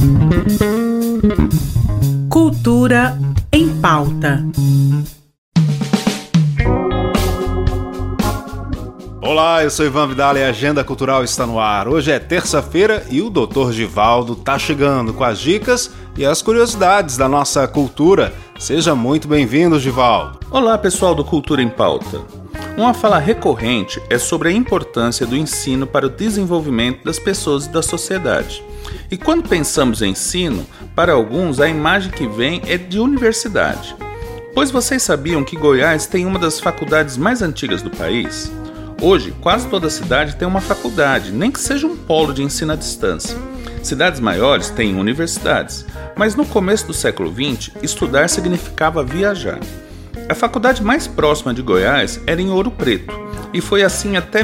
Cultura em Pauta. Olá, eu sou Ivan Vidal e a Agenda Cultural está no ar. Hoje é terça-feira e o Dr. Givaldo tá chegando com as dicas e as curiosidades da nossa cultura. Seja muito bem-vindo, Givaldo. Olá, pessoal do Cultura em Pauta. Uma fala recorrente é sobre a importância do ensino para o desenvolvimento das pessoas e da sociedade. E quando pensamos em ensino, para alguns a imagem que vem é de universidade. Pois vocês sabiam que Goiás tem uma das faculdades mais antigas do país? Hoje, quase toda cidade tem uma faculdade, nem que seja um polo de ensino à distância. Cidades maiores têm universidades, mas no começo do século XX, estudar significava viajar. A faculdade mais próxima de Goiás era em Ouro Preto, e foi assim até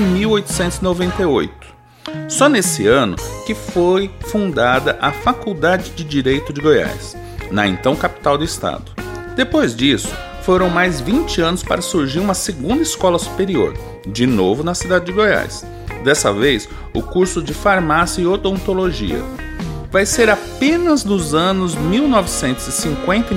1898. Só nesse ano que foi fundada a Faculdade de Direito de Goiás, na então capital do estado. Depois disso, foram mais 20 anos para surgir uma segunda escola superior, de novo na cidade de Goiás. Dessa vez, o curso de Farmácia e Odontologia. Vai ser apenas nos anos 1950 e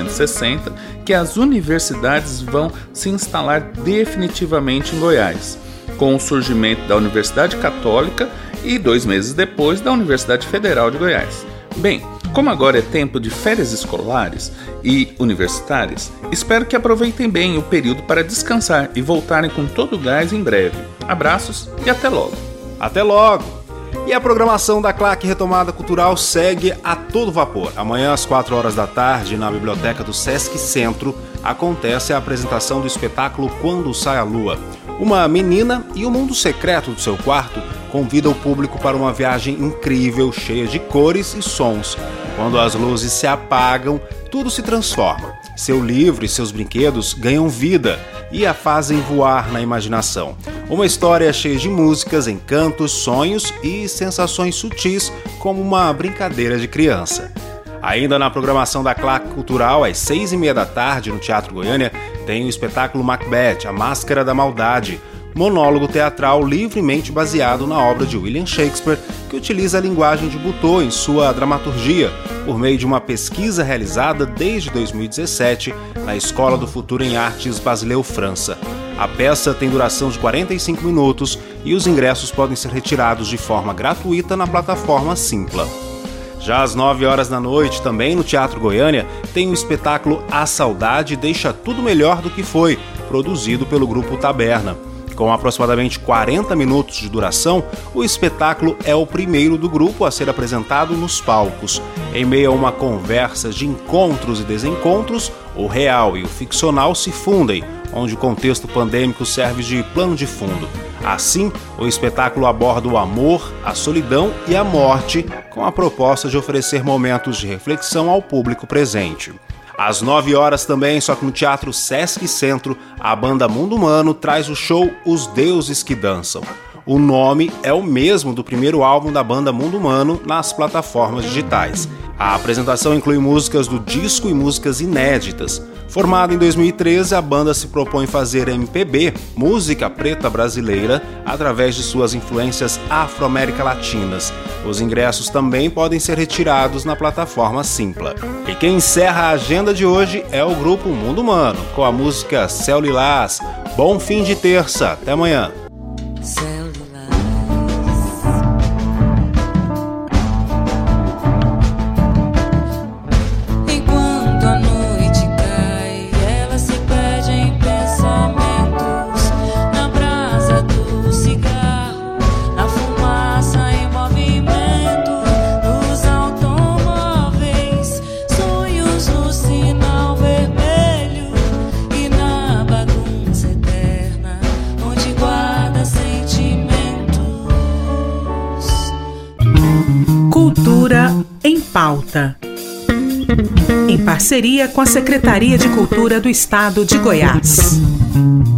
1960 que as universidades vão se instalar definitivamente em Goiás, com o surgimento da Universidade Católica e 2 meses depois da Universidade Federal de Goiás. Bem, como agora é tempo de férias escolares e universitárias, espero que aproveitem bem o período para descansar e voltarem com todo o gás em breve. Abraços e até logo! Até logo! E a programação da Claque Retomada Cultural segue a todo vapor. Amanhã, às 4 horas da tarde, na biblioteca do Sesc Centro, acontece a apresentação do espetáculo Quando Sai a Lua. Uma menina e o mundo secreto do seu quarto convida o público para uma viagem incrível, cheia de cores e sons. Quando as luzes se apagam, tudo se transforma. Seu livro e seus brinquedos ganham vida e a fazem voar na imaginação. Uma história cheia de músicas, encantos, sonhos e sensações sutis, como uma brincadeira de criança. Ainda na programação da Claque Cultural, às 6h30 da tarde, no Teatro Goiânia, tem o espetáculo Macbeth, A Máscara da Maldade, monólogo teatral livremente baseado na obra de William Shakespeare, que utiliza a linguagem de Butoh em sua dramaturgia, por meio de uma pesquisa realizada desde 2017 na Escola do Futuro em Artes Basileu, França. A peça tem duração de 45 minutos e os ingressos podem ser retirados de forma gratuita na plataforma Simpla. Já às 9 horas da noite, também no Teatro Goiânia, tem o espetáculo A Saudade Deixa Tudo Melhor do que Foi, produzido pelo Grupo Taberna. Com aproximadamente 40 minutos de duração, o espetáculo é o primeiro do grupo a ser apresentado nos palcos. Em meio a uma conversa de encontros e desencontros, o real e o ficcional se fundem, onde o contexto pandêmico serve de plano de fundo. Assim, o espetáculo aborda o amor, a solidão e a morte, com a proposta de oferecer momentos de reflexão ao público presente. Às 9 horas também, só que no Teatro Sesc Centro, a banda Mundo Humano traz o show Os Deuses que Dançam. O nome é o mesmo do primeiro álbum da banda Mundo Humano nas plataformas digitais. A apresentação inclui músicas do disco e músicas inéditas. Formada em 2013, a banda se propõe fazer MPB, música preta brasileira, através de suas influências afro-américa latinas. Os ingressos também podem ser retirados na plataforma Simpla. E quem encerra a agenda de hoje é o grupo Mundo Humano, com a música Céu Lilás. Bom fim de terça, até amanhã. Cultura em Pauta. Em parceria com a Secretaria de Cultura do Estado de Goiás.